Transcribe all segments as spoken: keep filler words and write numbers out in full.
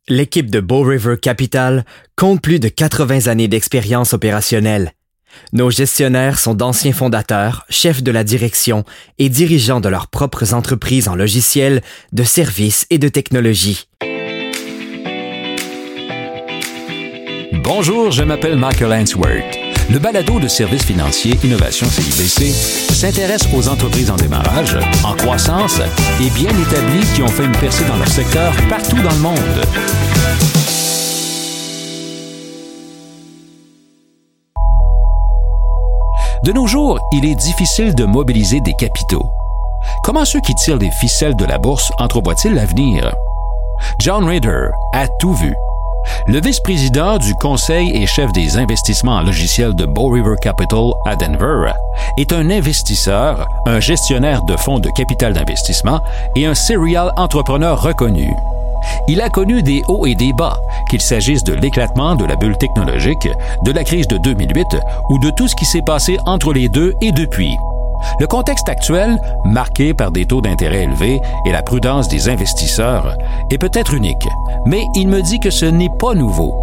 L'équipe de Bow River Capital compte plus de quatre-vingts années d'expérience opérationnelle. Nos gestionnaires sont d'anciens fondateurs, chefs de la direction et dirigeants de leurs propres entreprises en logiciels, de services et de technologie. Bonjour, je m'appelle Michael Ainsworth. Le balado de services financiers Innovation C I B C s'intéresse aux entreprises en démarrage, en croissance et bien établies qui ont fait une percée dans leur secteur partout dans le monde. De nos jours, il est difficile de mobiliser des capitaux. Comment ceux qui tirent les ficelles de la bourse entrevoient-ils l'avenir? John Rader a tout vu. Le vice-président du conseil et chef des investissements en logiciels de Bow River Capital à Denver est un investisseur, un gestionnaire de fonds de capital d'investissement et un serial entrepreneur reconnu. Il a connu des hauts et des bas, qu'il s'agisse de l'éclatement de la bulle technologique, de la crise de deux mille huit ou de tout ce qui s'est passé entre les deux et depuis. Le contexte actuel, marqué par des taux d'intérêt élevés et la prudence des investisseurs, est peut-être unique, mais il me dit que ce n'est pas nouveau.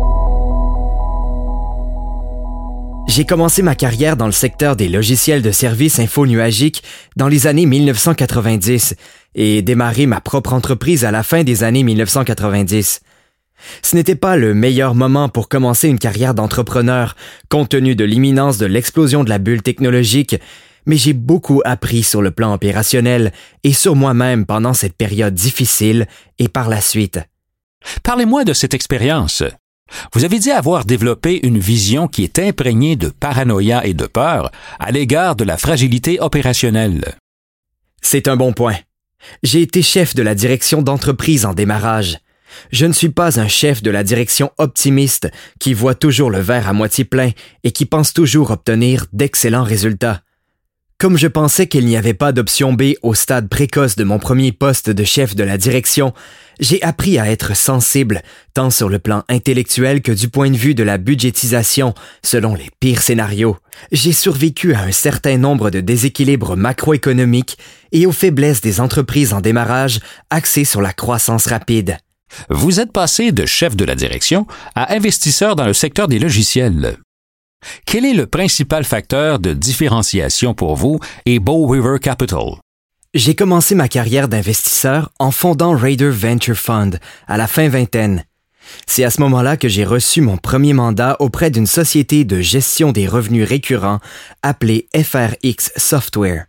J'ai commencé ma carrière dans le secteur des logiciels de services infonuagiques dans les années dix-neuf cent quatre-vingt-dix et démarré ma propre entreprise à la fin des années dix-neuf cent quatre-vingt-dix. Ce n'était pas le meilleur moment pour commencer une carrière d'entrepreneur, compte tenu de l'imminence de l'explosion de la bulle technologique, mais j'ai beaucoup appris sur le plan opérationnel et sur moi-même pendant cette période difficile et par la suite. Parlez-moi de cette expérience. Vous avez dit avoir développé une vision qui est imprégnée de paranoïa et de peur à l'égard de la fragilité opérationnelle. C'est un bon point. J'ai été chef de la direction d'entreprise en démarrage. Je ne suis pas un chef de la direction optimiste qui voit toujours le verre à moitié plein et qui pense toujours obtenir d'excellents résultats. Comme je pensais qu'il n'y avait pas d'option B au stade précoce de mon premier poste de chef de la direction, j'ai appris à être sensible, tant sur le plan intellectuel que du point de vue de la budgétisation, selon les pires scénarios. J'ai survécu à un certain nombre de déséquilibres macroéconomiques et aux faiblesses des entreprises en démarrage axées sur la croissance rapide. Vous êtes passé de chef de la direction à investisseur dans le secteur des logiciels. Quel est le principal facteur de différenciation pour vous et Bow River Capital? J'ai commencé ma carrière d'investisseur en fondant Rader Venture Fund à la fin vingtaine. C'est à ce moment-là que j'ai reçu mon premier mandat auprès d'une société de gestion des revenus récurrents appelée F R X Software.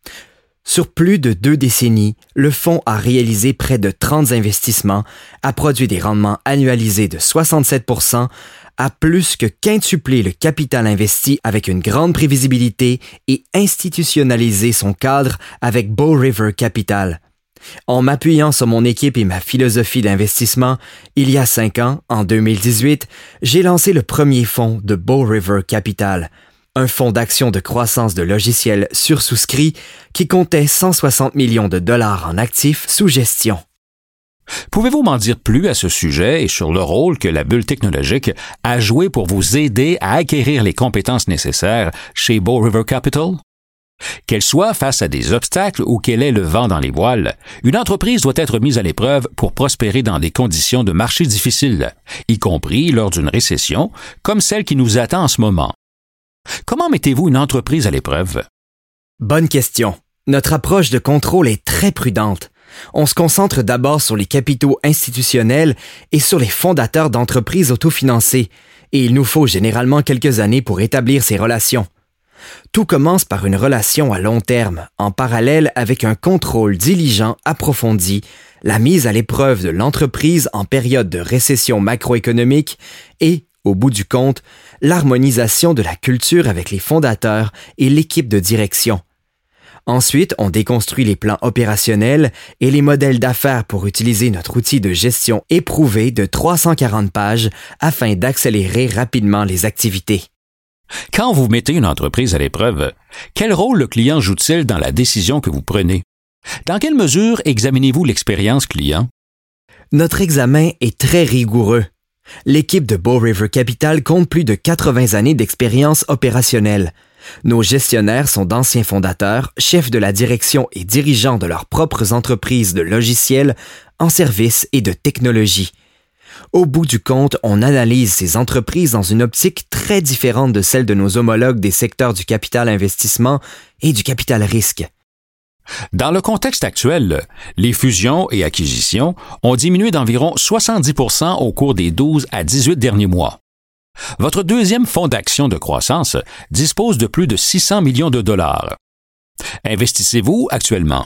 Sur plus de deux décennies, le fonds a réalisé près de trente investissements, a produit des rendements annualisés de soixante-sept pour cent, a plus que quintuplé le capital investi avec une grande prévisibilité et institutionnalisé son cadre avec Bow River Capital. En m'appuyant sur mon équipe et ma philosophie d'investissement, il y a cinq ans, en deux mille dix-huit, j'ai lancé le premier fonds de Bow River Capital, un fonds d'action de croissance de logiciels sursouscrit qui comptait cent soixante millions de dollars en actifs sous gestion. Pouvez-vous m'en dire plus à ce sujet et sur le rôle que la bulle technologique a joué pour vous aider à acquérir les compétences nécessaires chez Bow River Capital? Qu'elle soit face à des obstacles ou qu'elle ait le vent dans les voiles, une entreprise doit être mise à l'épreuve pour prospérer dans des conditions de marché difficiles, y compris lors d'une récession comme celle qui nous attend en ce moment. Comment mettez-vous une entreprise à l'épreuve? Bonne question. Notre approche de contrôle est très prudente. On se concentre d'abord sur les capitaux institutionnels et sur les fondateurs d'entreprises autofinancées, et il nous faut généralement quelques années pour établir ces relations. Tout commence par une relation à long terme, en parallèle avec un contrôle diligent approfondi, la mise à l'épreuve de l'entreprise en période de récession macroéconomique et, au bout du compte, l'harmonisation de la culture avec les fondateurs et l'équipe de direction. Ensuite, on déconstruit les plans opérationnels et les modèles d'affaires pour utiliser notre outil de gestion éprouvé de trois cent quarante pages afin d'accélérer rapidement les activités. Quand vous mettez une entreprise à l'épreuve, quel rôle le client joue-t-il dans la décision que vous prenez? Dans quelle mesure examinez-vous l'expérience client? Notre examen est très rigoureux. L'équipe de Bow River Capital compte plus de quatre-vingts années d'expérience opérationnelle. Nos gestionnaires sont d'anciens fondateurs, chefs de la direction et dirigeants de leurs propres entreprises de logiciels, en services et de technologie. Au bout du compte, on analyse ces entreprises dans une optique très différente de celle de nos homologues des secteurs du capital investissement et du capital risque. Dans le contexte actuel, les fusions et acquisitions ont diminué d'environ soixante-dix pour cent au cours des douze à dix-huit derniers mois. Votre deuxième fonds d'action de croissance dispose de plus de six cents millions de dollars. Investissez-vous actuellement?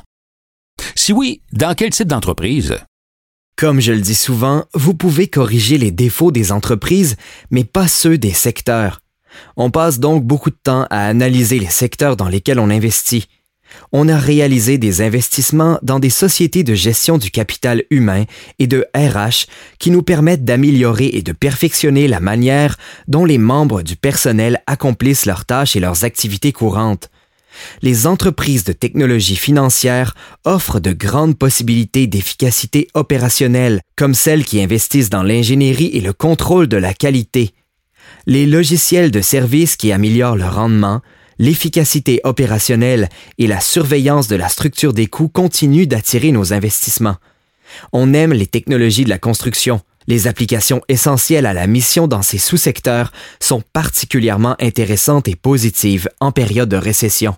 Si oui, dans quel type d'entreprise? Comme je le dis souvent, vous pouvez corriger les défauts des entreprises, mais pas ceux des secteurs. On passe donc beaucoup de temps à analyser les secteurs dans lesquels on investit. On a réalisé des investissements dans des sociétés de gestion du capital humain et de R H qui nous permettent d'améliorer et de perfectionner la manière dont les membres du personnel accomplissent leurs tâches et leurs activités courantes. Les entreprises de technologie financière offrent de grandes possibilités d'efficacité opérationnelle, comme celles qui investissent dans l'ingénierie et le contrôle de la qualité. Les logiciels de services qui améliorent le rendement, l'efficacité opérationnelle et la surveillance de la structure des coûts continuent d'attirer nos investissements. On aime les technologies de la construction. Les applications essentielles à la mission dans ces sous-secteurs sont particulièrement intéressantes et positives en période de récession.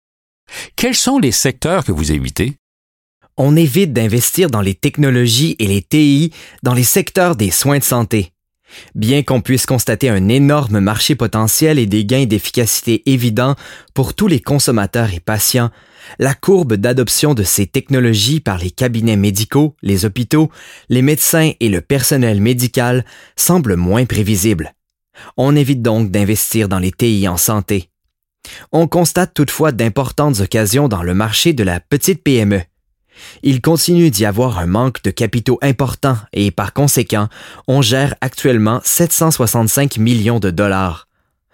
Quels sont les secteurs que vous évitez? On évite d'investir dans les technologies et les T I dans les secteurs des soins de santé. Bien qu'on puisse constater un énorme marché potentiel et des gains d'efficacité évidents pour tous les consommateurs et patients, la courbe d'adoption de ces technologies par les cabinets médicaux, les hôpitaux, les médecins et le personnel médical semble moins prévisible. On évite donc d'investir dans les T I en santé. On constate toutefois d'importantes occasions dans le marché de la petite P M E. Il continue d'y avoir un manque de capitaux important et, par conséquent, on gère actuellement sept cent soixante-cinq millions de dollars.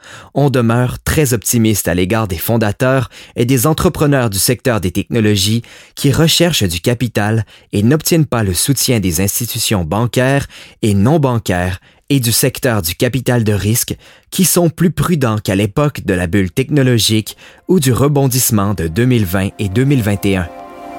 On demeure très optimiste à l'égard des fondateurs et des entrepreneurs du secteur des technologies qui recherchent du capital et n'obtiennent pas le soutien des institutions bancaires et non bancaires et du secteur du capital de risque qui sont plus prudents qu'à l'époque de la bulle technologique ou du rebondissement de deux mille vingt et deux mille vingt et un.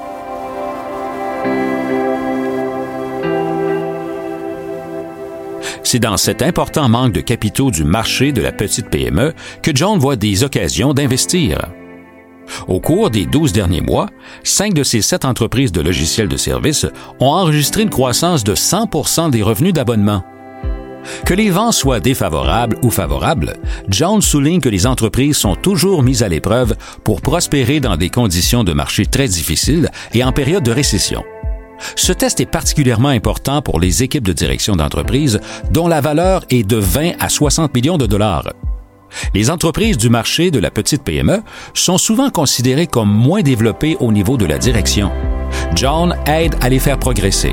C'est dans cet important manque de capitaux du marché de la petite P M E que John voit des occasions d'investir. Au cours des douze derniers mois, cinq de ces sept entreprises de logiciels de services ont enregistré une croissance de cent pour cent des revenus d'abonnement. Que les vents soient défavorables ou favorables, John souligne que les entreprises sont toujours mises à l'épreuve pour prospérer dans des conditions de marché très difficiles et en période de récession. Ce test est particulièrement important pour les équipes de direction d'entreprise dont la valeur est de vingt à soixante millions de dollars. Les entreprises du marché de la petite P M E sont souvent considérées comme moins développées au niveau de la direction. John aide à les faire progresser.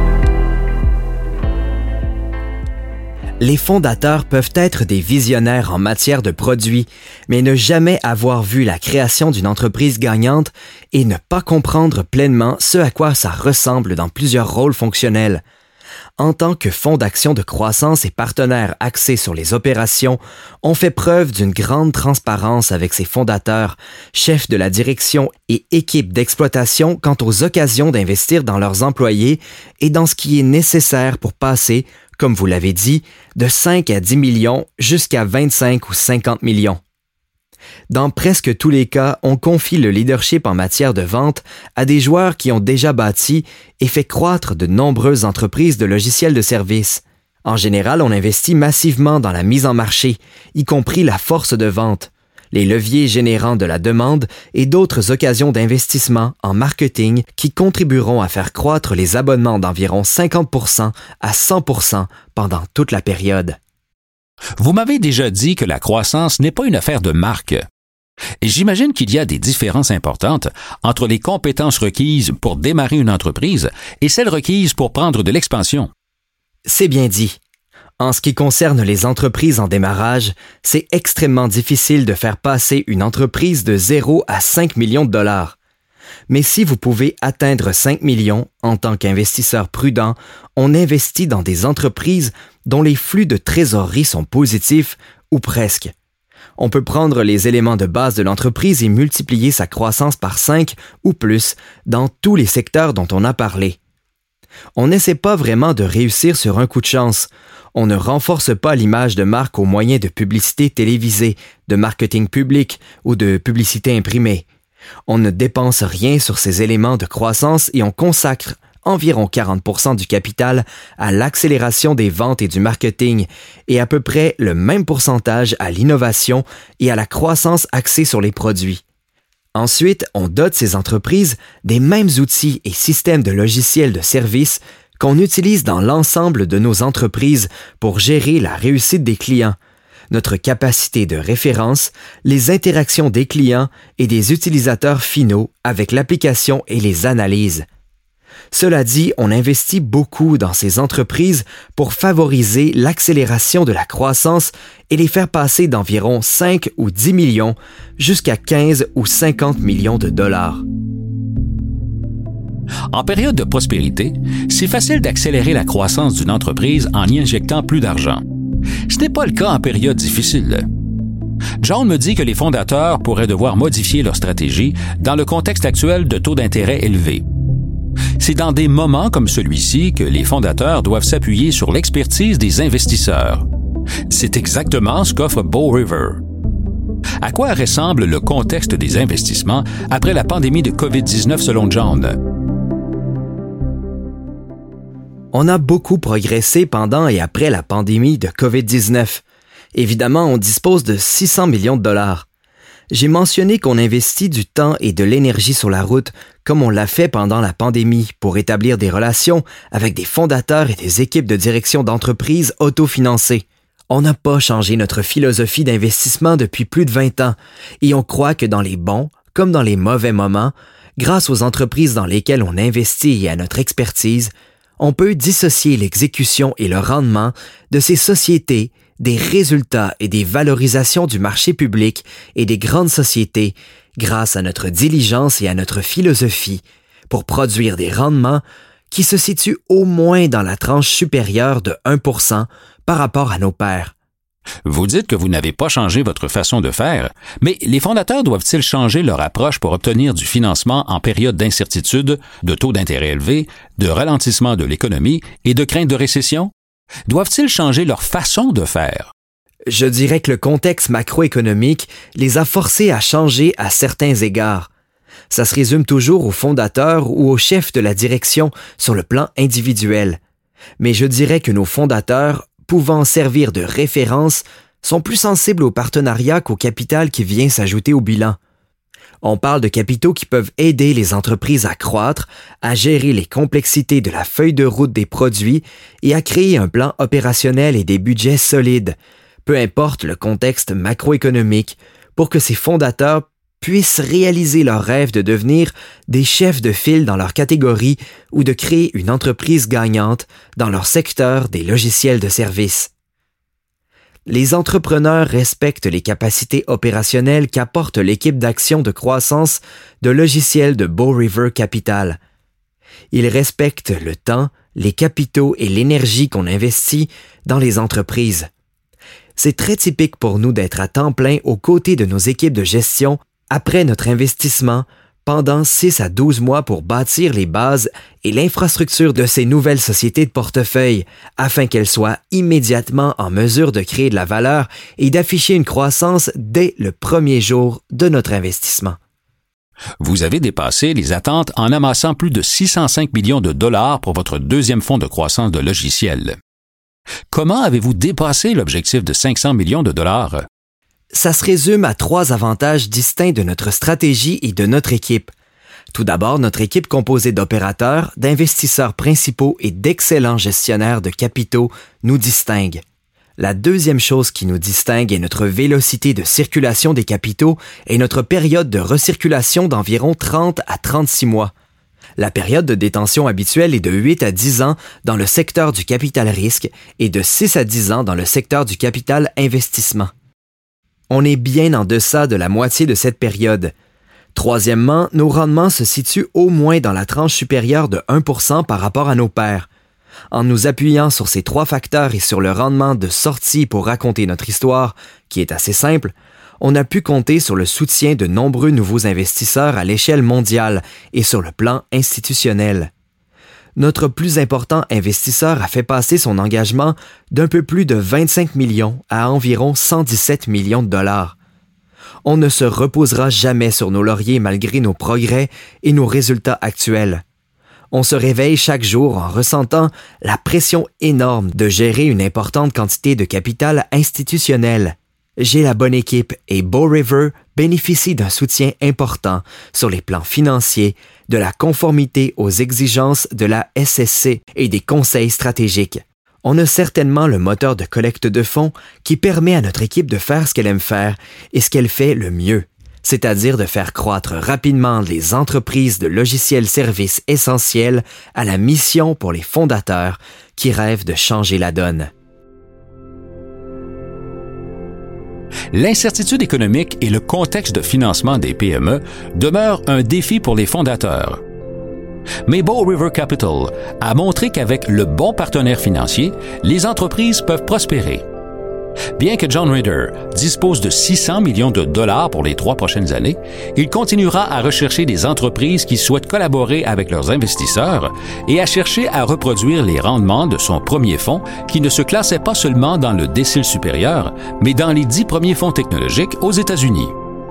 Les fondateurs peuvent être des visionnaires en matière de produits, mais ne jamais avoir vu la création d'une entreprise gagnante et ne pas comprendre pleinement ce à quoi ça ressemble dans plusieurs rôles fonctionnels. En tant que fonds d'action de croissance et partenaire axé sur les opérations, on fait preuve d'une grande transparence avec ses fondateurs, chefs de la direction et équipes d'exploitation quant aux occasions d'investir dans leurs employés et dans ce qui est nécessaire pour passer, comme vous l'avez dit, de cinq à dix millions jusqu'à vingt-cinq ou cinquante millions. Dans presque tous les cas, on confie le leadership en matière de vente à des joueurs qui ont déjà bâti et fait croître de nombreuses entreprises de logiciels de service. En général, on investit massivement dans la mise en marché, y compris la force de vente, les leviers générant de la demande et d'autres occasions d'investissement en marketing qui contribueront à faire croître les abonnements d'environ cinquante pour cent à cent pour cent pendant toute la période. Vous m'avez déjà dit que la croissance n'est pas une affaire de marque. Et j'imagine qu'il y a des différences importantes entre les compétences requises pour démarrer une entreprise et celles requises pour prendre de l'expansion. C'est bien dit. En ce qui concerne les entreprises en démarrage, c'est extrêmement difficile de faire passer une entreprise de zéro à cinq millions de dollars. Mais si vous pouvez atteindre cinq millions, en tant qu'investisseur prudent, on investit dans des entreprises dont les flux de trésorerie sont positifs ou presque. On peut prendre les éléments de base de l'entreprise et multiplier sa croissance par cinq ou plus dans tous les secteurs dont on a parlé. On n'essaie pas vraiment de réussir sur un coup de chance. On ne renforce pas l'image de marque au moyen de publicité télévisée, de marketing public ou de publicité imprimée. On ne dépense rien sur ces éléments de croissance et on consacre environ quarante pour cent du capital à l'accélération des ventes et du marketing et à peu près le même pourcentage à l'innovation et à la croissance axée sur les produits. Ensuite, on dote ces entreprises des mêmes outils et systèmes de logiciels de service qu'on utilise dans l'ensemble de nos entreprises pour gérer la réussite des clients, notre capacité de référence, les interactions des clients et des utilisateurs finaux avec l'application et les analyses. Cela dit, on investit beaucoup dans ces entreprises pour favoriser l'accélération de la croissance et les faire passer d'environ cinq ou dix millions jusqu'à quinze ou cinquante millions de dollars. En période de prospérité, c'est facile d'accélérer la croissance d'une entreprise en y injectant plus d'argent. Ce n'est pas le cas en période difficile. John me dit que les fondateurs pourraient devoir modifier leur stratégie dans le contexte actuel de taux d'intérêt élevés. C'est dans des moments comme celui-ci que les fondateurs doivent s'appuyer sur l'expertise des investisseurs. C'est exactement ce qu'offre Bow River. À quoi ressemble le contexte des investissements après la pandémie de covid dix-neuf selon John? On a beaucoup progressé pendant et après la pandémie de covid dix-neuf. Évidemment, on dispose de six cents millions de dollars. J'ai mentionné qu'on investit du temps et de l'énergie sur la route, comme on l'a fait pendant la pandémie, pour établir des relations avec des fondateurs et des équipes de direction d'entreprises autofinancées. On n'a pas changé notre philosophie d'investissement depuis plus de vingt ans, et on croit que dans les bons, comme dans les mauvais moments, grâce aux entreprises dans lesquelles on investit et à notre expertise, on peut dissocier l'exécution et le rendement de ces sociétés des résultats et des valorisations du marché public et des grandes sociétés grâce à notre diligence et à notre philosophie pour produire des rendements qui se situent au moins dans la tranche supérieure de un pour cent par rapport à nos pairs. Vous dites que vous n'avez pas changé votre façon de faire, mais les fondateurs doivent-ils changer leur approche pour obtenir du financement en période d'incertitude, de taux d'intérêt élevés, de ralentissement de l'économie et de crainte de récession? Doivent-ils changer leur façon de faire? Je dirais que le contexte macroéconomique les a forcés à changer à certains égards. Ça se résume toujours aux fondateurs ou aux chefs de la direction sur le plan individuel. Mais je dirais que nos fondateurs, pouvant servir de référence, sont plus sensibles au partenariat qu'au capital qui vient s'ajouter au bilan. On parle de capitaux qui peuvent aider les entreprises à croître, à gérer les complexités de la feuille de route des produits et à créer un plan opérationnel et des budgets solides, peu importe le contexte macroéconomique, pour que ces fondateurs puissent réaliser leur rêve de devenir des chefs de file dans leur catégorie ou de créer une entreprise gagnante dans leur secteur des logiciels de service. Les entrepreneurs respectent les capacités opérationnelles qu'apporte l'équipe d'action de croissance de logiciels de Bow River Capital. Ils respectent le temps, les capitaux et l'énergie qu'on investit dans les entreprises. C'est très typique pour nous d'être à temps plein aux côtés de nos équipes de gestion après notre investissement pendant six à douze mois pour bâtir les bases et l'infrastructure de ces nouvelles sociétés de portefeuille afin qu'elles soient immédiatement en mesure de créer de la valeur et d'afficher une croissance dès le premier jour de notre investissement. Vous avez dépassé les attentes en amassant plus de six cent cinq millions de dollars pour votre deuxième fonds de croissance de logiciels. Comment avez-vous dépassé l'objectif de cinq cents millions de dollars? Ça se résume à trois avantages distincts de notre stratégie et de notre équipe. Tout d'abord, notre équipe composée d'opérateurs, d'investisseurs principaux et d'excellents gestionnaires de capitaux nous distingue. La deuxième chose qui nous distingue est notre vélocité de circulation des capitaux et notre période de recirculation d'environ trente à trente-six mois. La période de détention habituelle est de huit à dix ans dans le secteur du capital risque et de six à dix ans dans le secteur du capital investissement. On est bien en deçà de la moitié de cette période. Troisièmement, nos rendements se situent au moins dans la tranche supérieure de un pour cent par rapport à nos pairs. En nous appuyant sur ces trois facteurs et sur le rendement de sortie pour raconter notre histoire, qui est assez simple, on a pu compter sur le soutien de nombreux nouveaux investisseurs à l'échelle mondiale et sur le plan institutionnel. notre plus important investisseur a fait passer son engagement d'un peu plus de vingt-cinq millions à environ cent dix-sept millions de dollars. On ne se reposera jamais sur nos lauriers malgré nos progrès et nos résultats actuels. On se réveille chaque jour en ressentant la pression énorme de gérer une importante quantité de capital institutionnel. J'ai la bonne équipe et Bow River bénéficie d'un soutien important sur les plans financiers, de la conformité aux exigences de la S S C et des conseils stratégiques. On a certainement le moteur de collecte de fonds qui permet à notre équipe de faire ce qu'elle aime faire et ce qu'elle fait le mieux, c'est-à-dire de faire croître rapidement les entreprises de logiciels services essentiels à la mission pour les fondateurs qui rêvent de changer la donne. L'incertitude économique et le contexte de financement des P M E demeurent un défi pour les fondateurs. Mais Bow River Capital a montré qu'avec le bon partenaire financier, les entreprises peuvent prospérer. Bien que John Rader dispose de six cents millions de dollars pour les trois prochaines années, il continuera à rechercher des entreprises qui souhaitent collaborer avec leurs investisseurs et à chercher à reproduire les rendements de son premier fonds qui ne se classait pas seulement dans le décile supérieur, mais dans les dix premiers fonds technologiques aux États-Unis.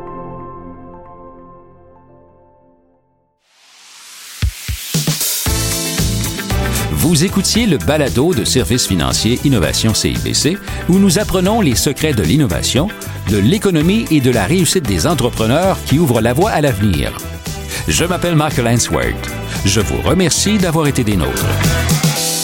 Vous écoutiez le balado de Services financiers Innovation C I B C, où nous apprenons les secrets de l'innovation, de l'économie et de la réussite des entrepreneurs qui ouvrent la voie à l'avenir. Je m'appelle Michael Ainsworth. Je vous remercie d'avoir été des nôtres.